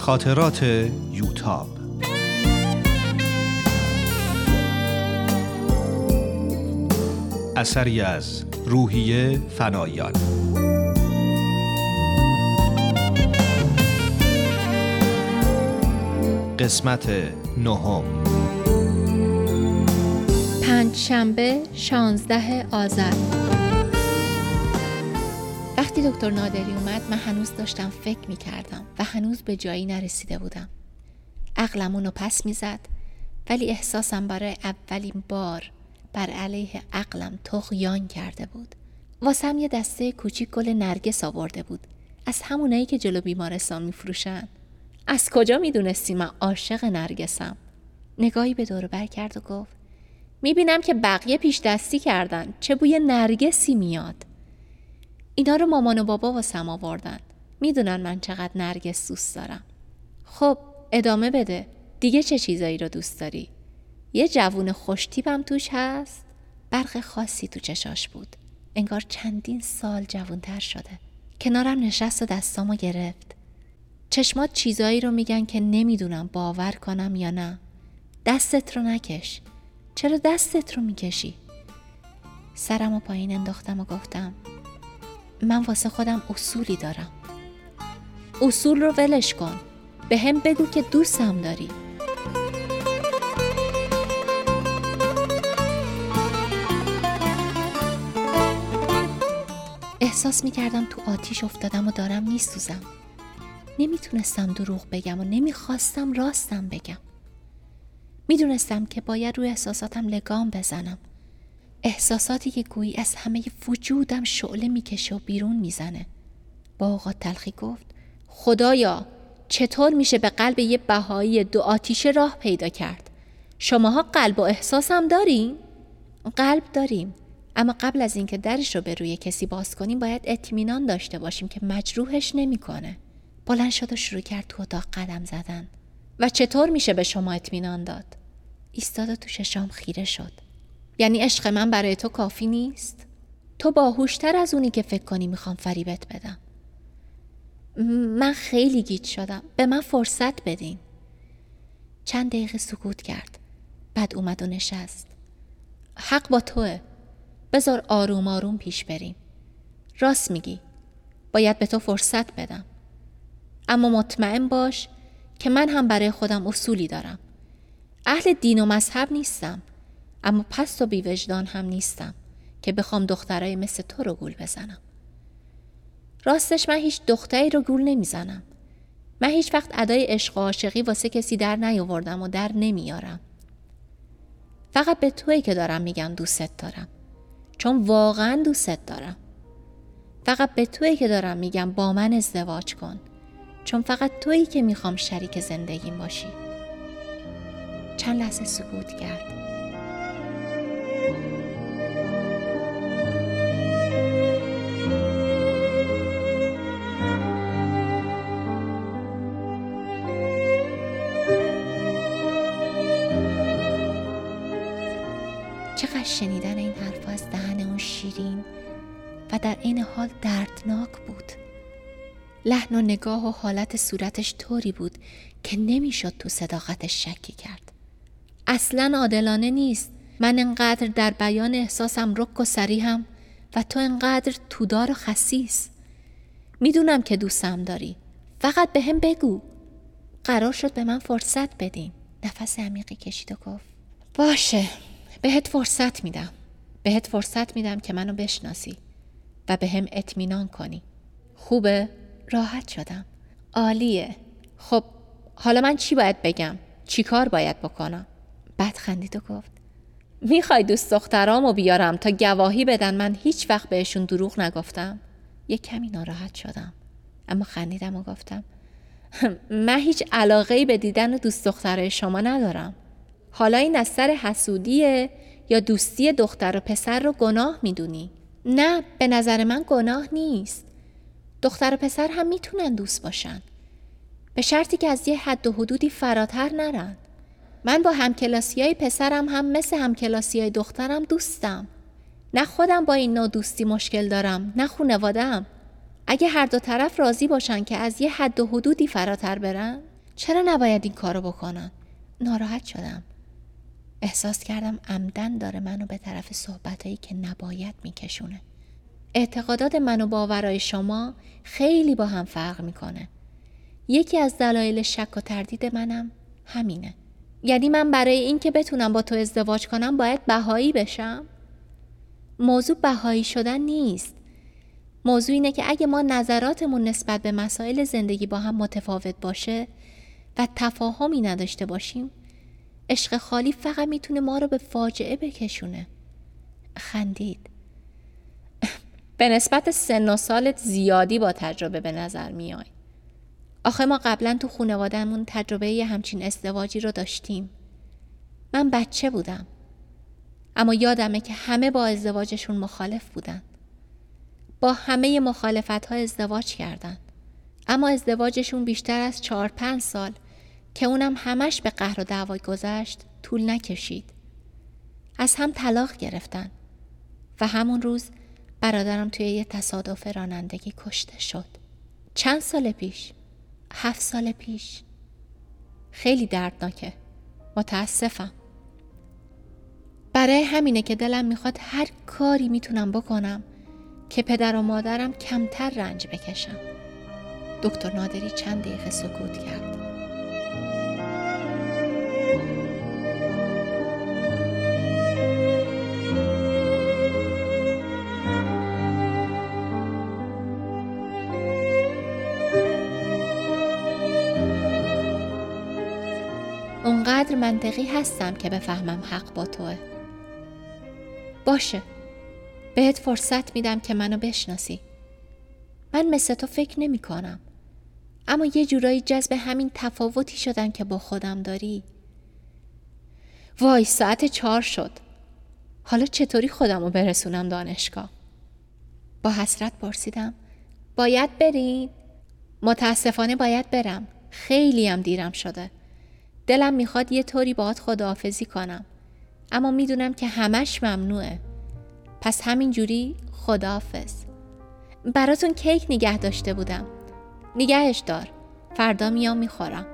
خاطرات یوتاب. اثری از روحیه فنایان. قسمت 9. پنجشنبه 16 آذر. وقتی دکتر نادری اومد من هنوز داشتم فکر می‌کردم و هنوز به جایی نرسیده بودم. عقلم اونو پس می‌زد، ولی احساسم برای اولین بار بر علیه عقلم طغیان کرده بود. واسم یه دسته کوچیک گل نرگس آورده بود، از همونایی که جلو بیمارستان می‌فروشن. از کجا می‌دونستی من عاشق نرگسم؟ نگاهی به دور و بر کرد و گفت: می‌بینم که بقیه پیش دستی کردن، چه بوی نرگسی میاد. اینا رو مامان و بابا واسم آوردن. میدونن من چقدر نرگس دوست دارم. خب ادامه بده، دیگه چه چیزایی رو دوست داری؟ یه جوون خوشتیپم توش هست. برق خاصی تو چشاش بود، انگار چندین سال جوونتر شده. کنارم نشست و دستامو گرفت. چشمات چیزایی رو میگن که نمیدونم باور کنم یا نه. دستت رو نکش. چرا دستت رو میکشی؟ سرمو پایین انداختم و گفتم: من واسه خودم اصولی دارم. اصول رو ولش کن، به هم بگو که دوستم داری. احساس میکردم تو آتیش افتادم و دارم میسوزم. نمیتونستم دروغ بگم و نمیخواستم راستم بگم. میدونستم که باید روی احساساتم لگام بزنم. احساساتی که گویی از همه وجودم شعله میکشه و بیرون میزنه. با اوقات تلخی گفت: خدایا چطور میشه به قلب یه بهایی دو آتیشه راه پیدا کرد؟ شماها قلب و احساسم دارین؟ قلب داریم، اما قبل از اینکه درش رو به روی کسی باز کنیم باید اطمینان داشته باشیم که مجروحش نمیکنه. بلند شد و شروع کرد تو اتاق قدم زدن. و چطور میشه به شما اطمینان داد؟ ایستاد و تو چشام خیره شد. یعنی عشق من برای تو کافی نیست؟ تو باهوشتر از اونی که فکر کنی میخوام فریبت بدم. من خیلی گیج شدم، به من فرصت بدین. چند دقیقه سکوت کرد، بعد اومد و نشست. حق با توه، بذار آروم آروم پیش بریم. راست میگی، باید به تو فرصت بدم، اما مطمئن باش که من هم برای خودم اصولی دارم. اهل دین و مذهب نیستم، اما پست و بی‌وجدان هم نیستم که بخوام دخترای مثل تو رو گول بزنم. راستش من هیچ دختری رو گول نمیزنم. من هیچ وقت ادای عشق و عاشقی واسه کسی در نیاوردم و در نمیارم. فقط به تویی که دارم میگم دوستت دارم، چون واقعا دوستت دارم. فقط به تویی که دارم میگم با من ازدواج کن، چون فقط تویی که میخوام شریک زندگیم باشی. چند لحظه سکوت کرد. چقدر شنیدن این حرف از دهن اون شیرین و در این حال دردناک بود. لحن و نگاه و حالت صورتش طوری بود که نمیشد تو صداقتش شکی کرد. اصلاً عادلانه نیست من انقدر در بیان احساسم رک و صریحم و تو انقدر تودار و خسیس. میدونم که دوستم داری، فقط به هم بگو. قرار شد به من فرصت بدین. نفس عمیقی کشید و گفت: باشه، بهت فرصت میدم. بهت فرصت میدم که منو بشناسی و به هم اطمینان کنی. خوبه؟ راحت شدم. عالیه. خب حالا من چی باید بگم؟ چی کار باید بکنم؟ بعد خندید و گفت: میخوای دوست دخترامو بیارم تا گواهی بدن من هیچ وقت بهشون دروغ نگفتم؟ یه کمی ناراحت شدم، اما خندیدم و گفتم: من هیچ علاقه‌ای به دیدن دوست دخترای شما ندارم. حالا این از سر حسودیه یا دوستی دختر و پسر رو گناه میدونی؟ نه، به نظر من گناه نیست. دختر و پسر هم میتونن دوست باشن، به شرطی که از یه حد و حدودی فراتر نرن. من با همکلاسیای پسرم هم مثل همکلاسیای دخترم دوستم. نه خودم با این نوع دوستی مشکل دارم، نه خانواده‌ام. اگه هر دو طرف راضی باشن که از یه حد و حدودی فراتر برن، چرا نباید این کارو بکنن؟ ناراحت شدم. احساس کردم عمدن داره منو به طرف صحبتایی که نباید میکشونه. اعتقادات من و باورهای شما خیلی با هم فرق میکنه. یکی از دلایل شک و تردید منم همینه. یعنی من برای این که بتونم با تو ازدواج کنم باید بهایی بشم؟ موضوع بهایی شدن نیست. موضوع اینه که اگه ما نظراتمون نسبت به مسائل زندگی با هم متفاوت باشه و تفاهمی نداشته باشیم، عشق خالی فقط میتونه ما رو به فاجعه بکشونه. خندید. به نسبت سن و سالت زیادی با تجربه به نظر میای. آخه ما قبلا تو خانواده‌مون تجربه یه همچین ازدواجی رو داشتیم. من بچه بودم. اما یادمه که همه با ازدواجشون مخالف بودن. با همه مخالفت‌ها ازدواج کردن. اما ازدواجشون بیشتر از 4-5 سال که اونم همش به قهر و دعوا گذشت طول نکشید. از هم طلاق گرفتن و همون روز برادرم توی یه تصادف رانندگی کشته شد. چند سال پیش؟ 7 سال پیش. خیلی دردناکه. متاسفم. برای همینه که دلم میخواد هر کاری میتونم بکنم که پدر و مادرم کمتر رنج بکشن. دکتر نادری چند دقیقه سکوت کرد. اونقدر منطقی هستم که بفهمم حق با توه. باشه، بهت فرصت میدم که منو بشناسی. من مثل تو فکر نمی کنم. اما یه جورایی جذب همین تفاوتی شدن که با خودم داری. وای، ساعت 4 شد. حالا چطوری خودمو برسونم دانشگاه؟ با حسرت پرسیدم. باید برین؟ متاسفانه باید برم. خیلی هم دیرم شده. دلم میخواد یه طوری باهات خداحافظی کنم. اما میدونم که همش ممنوعه. پس همین جوری خداحافظ. براتون کیک نگه داشته بودم. نگهش دار. فردا میام میخورم.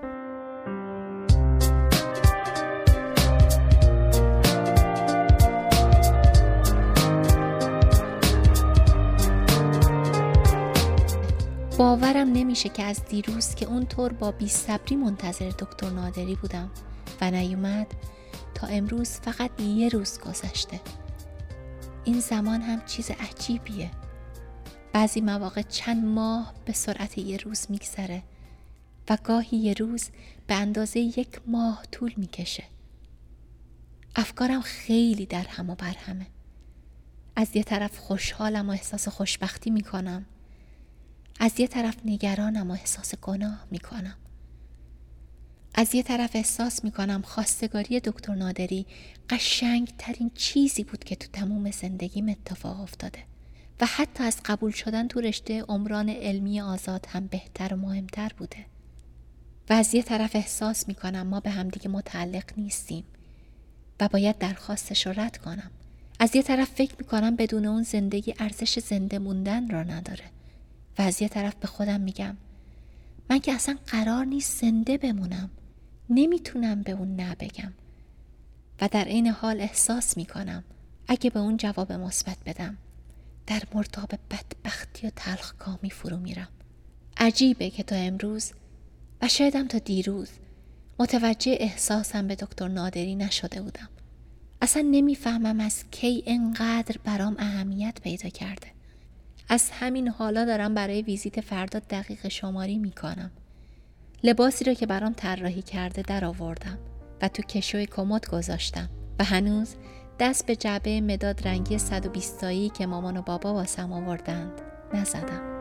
باورم نمیشه که از دیروز که اونطور با بی‌صبری منتظر دکتر نادری بودم و نیومد تا امروز فقط یه روز گذشته. این زمان هم چیز عجیبیه. بعضی مواقع چند ماه به سرعت یه روز میگذره و گاهی یه روز به اندازه 1 ماه طول میکشه. افکارم خیلی در هم و بر همه. از یه طرف خوشحالم و احساس خوشبختی میکنم. از یه طرف نگرانم و احساس گناه میکنم. از یه طرف احساس میکنم خواستگاری دکتر نادری قشنگ ترین چیزی بود که تو تموم زندگیم اتفاق افتاده و حتی از قبول شدن تو رشته عمران علمی آزاد هم بهتر و مهمتر بوده. و از یه طرف احساس میکنم ما به همدیگه متعلق نیستیم و باید درخواستش رو رد کنم. از یه طرف فکر میکنم بدون اون زندگی ارزش زنده موندن را نداره و از یه طرف به خودم میگم من که اصلا قرار نیست زنده بمونم. نمیتونم به اون نه بگم و در این حال احساس میکنم اگه به اون جواب مثبت بدم در مرداب بدبختی و تلخکامی فرو میرم. عجیبه که تا امروز و شایدم تا دیروز متوجه احساسم به دکتر نادری نشده بودم. اصلا نمیفهمم از کی انقدر برام اهمیت پیدا کرده. از همین حالا دارم برای ویزیت فردا دقیقه شماری میکنم. لباسی رو که برام طراحی کرده در آوردم و تو کشوی کمد گذاشتم و هنوز دست به جعبه مداد رنگی 120 تایی که مامان و بابا واسم آوردند نزدم.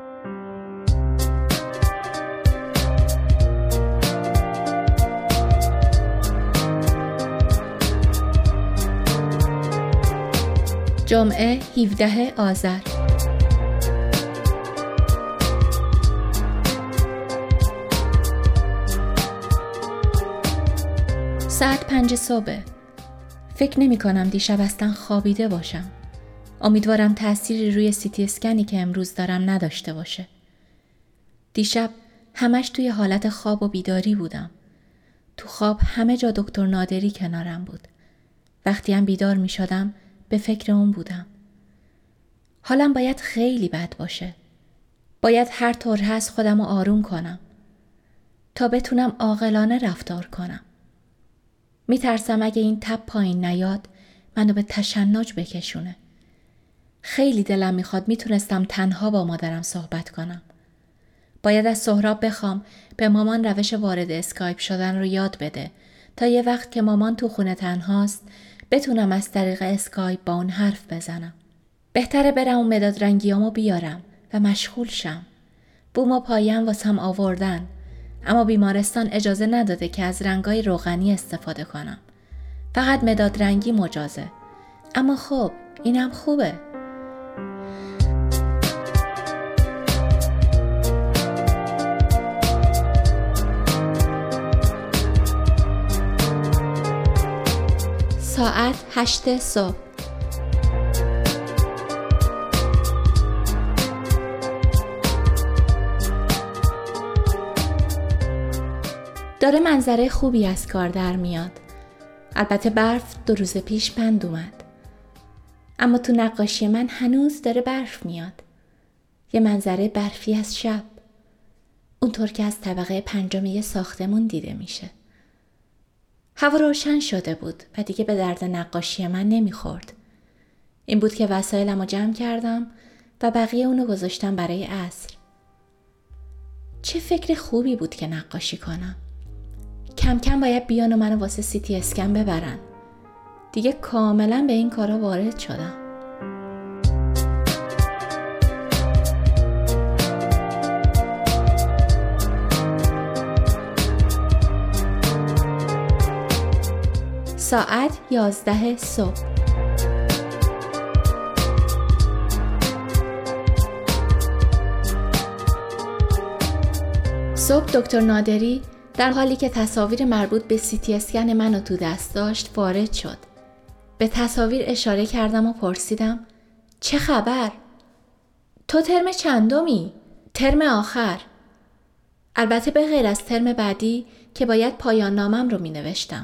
جمعه 17 آذر. ساعت 5 صبح. فکر نمی کنم دیشب اصلا خوابیده باشم. امیدوارم تأثیری روی سیتی اسکنی که امروز دارم نداشته باشه. دیشب همش توی حالت خواب و بیداری بودم. تو خواب همه جا دکتر نادری کنارم بود. وقتی هم بیدار می شدم به فکر اون بودم. حالم باید خیلی بد باشه. باید هر طور هست خودم رو آروم کنم تا بتونم عاقلانه رفتار کنم. می ترسم اگه این تب پایین نیاد منو به تشنج بکشونه. خیلی دلم میخواد میتونستم تنها با مادرم صحبت کنم. باید از سهراب بخوام به مامان روش وارد اسکایپ شدن رو یاد بده تا یه وقت که مامان تو خونه تنهاست بتونم از طریق اسکایپ با اون حرف بزنم. بهتره برم اون مداد رنگیامو بیارم و مشغول شم. بوم و پایم واسم آوردن، اما بیمارستان اجازه نداده که از رنگای روغنی استفاده کنم. فقط مداد رنگی مجازه. اما خب اینم خوبه. ساعت 8 صبح. داره منظره خوبی از کار در میاد. البته برف 2 روز پیش بند اومد. اما تو نقاشی من هنوز داره برف میاد. یه منظره برفی از شب. اونطور که از طبقه 5 یه ساختمون دیده میشه. هوا روشن شده بود و دیگه به درد نقاشی من نمیخورد. این بود که وسایلمو جمع کردم و بقیه اونو گذاشتم برای عصر. چه فکر خوبی بود که نقاشی کنم. کم کم باید بیان و منو واسه سیتی اسکن ببرن. دیگه کاملا به این کارا وارد شدم. ساعت 11 صبح. صبح دکتر نادری در حالی که تصاویر مربوط به سیتی اسکن منو تو دست داشت وارد شد. به تصاویر اشاره کردم و پرسیدم چه خبر؟ تو ترم چندمی؟ ترم آخر. البته به غیر از ترم بعدی که باید پایان نامم رو می نوشتم.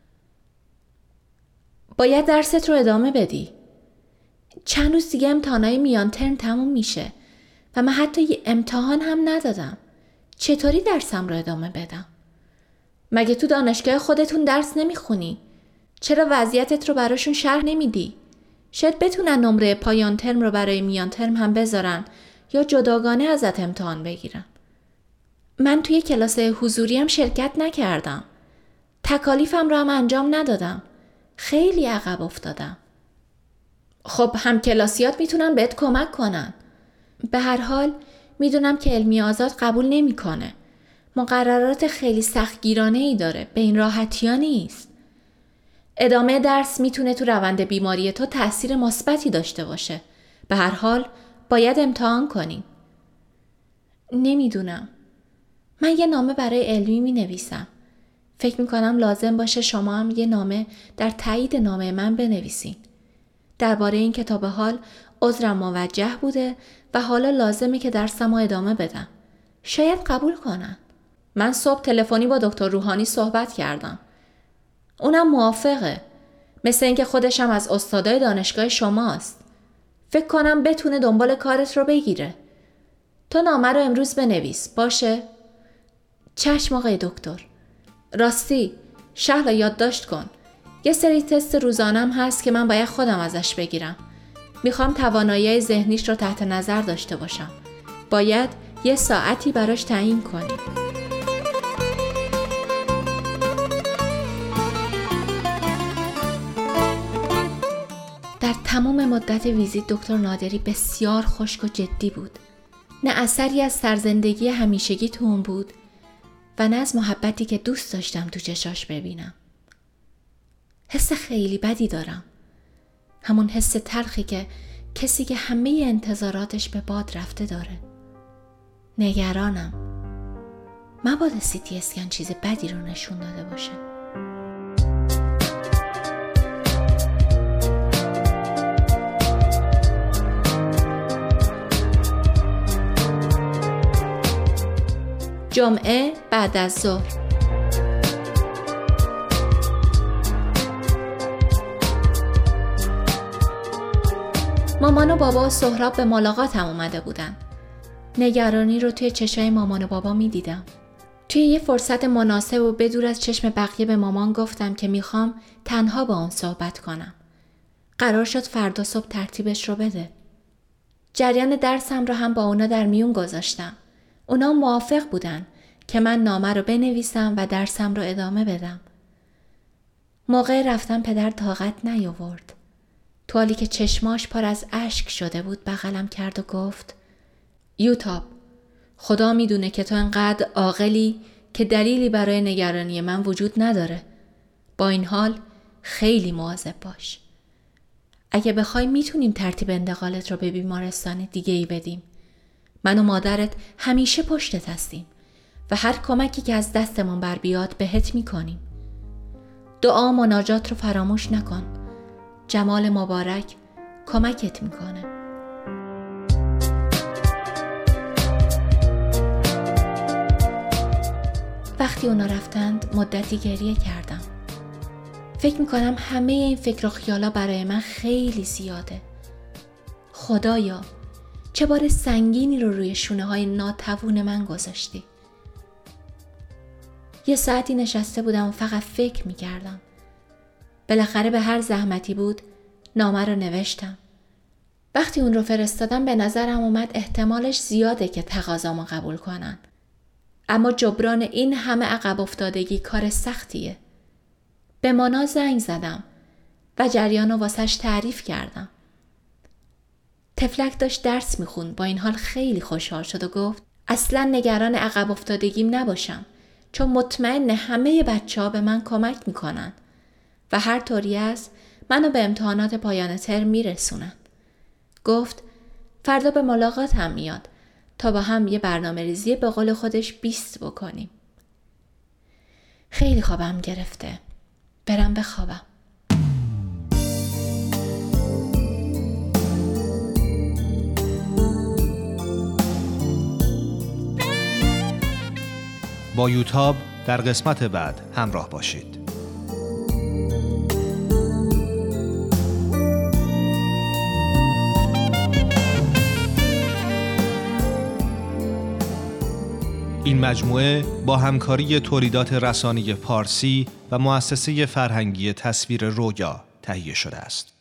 باید درست رو ادامه بدی. چند روز دیگه امتحانای میان ترم تموم میشه و من حتی یه امتحان هم ندادم. چطوری درسم رو ادامه بدم؟ مگه تو دانشگاه خودتون درس نمیخونی؟ چرا وضعیتت رو براشون شرح نمیدی؟ شاید بتونن نمره پایان ترم رو برای میان ترم هم بذارن یا جداگانه ازت امتحان بگیرن. من توی کلاس حضوری هم شرکت نکردم. تکالیفم رو هم انجام ندادم. خیلی عقب افتادم. خب هم کلاسیات میتونن بهت کمک کنن. به هر حال میدونم که علمی آزاد قبول نمیکنه. مقررات خیلی سختگیرانه ای داره. به این راحتی ها نیست. ادامه درس میتونه تو روند بیماری تو تأثیر مثبتی داشته باشه. به هر حال باید امتحان کنیم. نمیدونم. من یه نامه برای علمی می نویسم. فکر میکنم لازم باشه شما هم یه نامه در تایید نامه من بنویسین. درباره این که تا به حال عذرم موجه بوده و حالا لازمه که درسم رو ادامه بدم. شاید قبول کنن. من صبح تلفنی با دکتر روحانی صحبت کردم. اونم موافقه. مثل اینکه خودشم از استادای دانشگاه شماست. فکر کنم بتونه دنبال کارت رو بگیره. تو نامه رو امروز بنویس. باشه؟ چشم آقای دکتر. راستی شهلا یادداشت کن. یه سری تست روزانم هست که من باید خودم ازش بگیرم. میخوام توانایی ذهنیش رو تحت نظر داشته باشم. باید یه ساعتی براش تعیین کنیم. در تمام مدت ویزیت دکتر نادری بسیار خشک و جدی بود. نه اثری از سرزندگی همیشگی تو اون بود و نه از محبتی که دوست داشتم تو چشاش ببینم. حس خیلی بدی دارم. همون حس تلخی که کسی که همه انتظاراتش به باد رفته داره. نگرانم. مبادا سیتی اسکن چیز بدی رو نشون داده باشه. جمعه بعد از ظهر. مامان و بابا و سهراب به ملاقاتم اومده بودن. نگرانی رو توی چشای مامان و بابا می دیدم. توی یه فرصت مناسب و بدور از چشم بقیه به مامان گفتم که میخوام تنها با اون صحبت کنم. قرار شد فردا صبح ترتیبش رو بده. جریان درسم رو هم با اونا در میون گذاشتم. اونا موافق بودن که من نامه رو بنویسم و درسم رو ادامه بدم. موقع رفتن پدر طاقت نیاورد. تو حالی که چشماش پر از اشک شده بود بغلم کرد و گفت: یوتاب، خدا میدونه که تو انقدر عاقلی که دلیلی برای نگرانی من وجود نداره. با این حال خیلی مواظب باش. اگه بخوای میتونیم ترتیب انتقالت رو به بیمارستان دیگه ای بدیم. من و مادرت همیشه پشتت هستیم و هر کمکی که از دستمون بر بیاد بهت میکنیم. دعا و مناجات رو فراموش نکن. جمال مبارک کمکت میکنه. وقتی اونا رفتند مدتی گریه کردم. فکر میکنم همه این فکر و خیالا برای من خیلی زیاده. خدایا چه بار سنگینی رو روی شونه های ناتوون من گذاشتی. یه ساعتی نشسته بودم و فقط فکر میکردم. بالاخره به هر زحمتی بود نامه رو نوشتم. وقتی اون رو فرستادم به نظرم اومد احتمالش زیاده که تقاضامو قبول کنن. اما جبران این همه عقب افتادگی کار سختیه. به مانا زنگ زدم و جریانو واسش تعریف کردم. تفلک داشت درس میخوند، با این حال خیلی خوشحال شد و گفت اصلا نگران عقب افتادگیم نباشم، چون مطمئن همه بچه‌ها به من کمک میکنن و هر طوری است منو به امتحانات پایان ترم میرسونن. گفت فردا به ملاقات هم میاد تا با هم یه برنامه ریزی به قول خودش 20 بکنیم. خیلی خوابم گرفته. برم بخوابم. با یوتاب در قسمت بعد همراه باشید. این مجموعه با همکاری تولیدات رسانه‌ای پارسی و مؤسسه فرهنگی تصویر رویا تهیه شده است.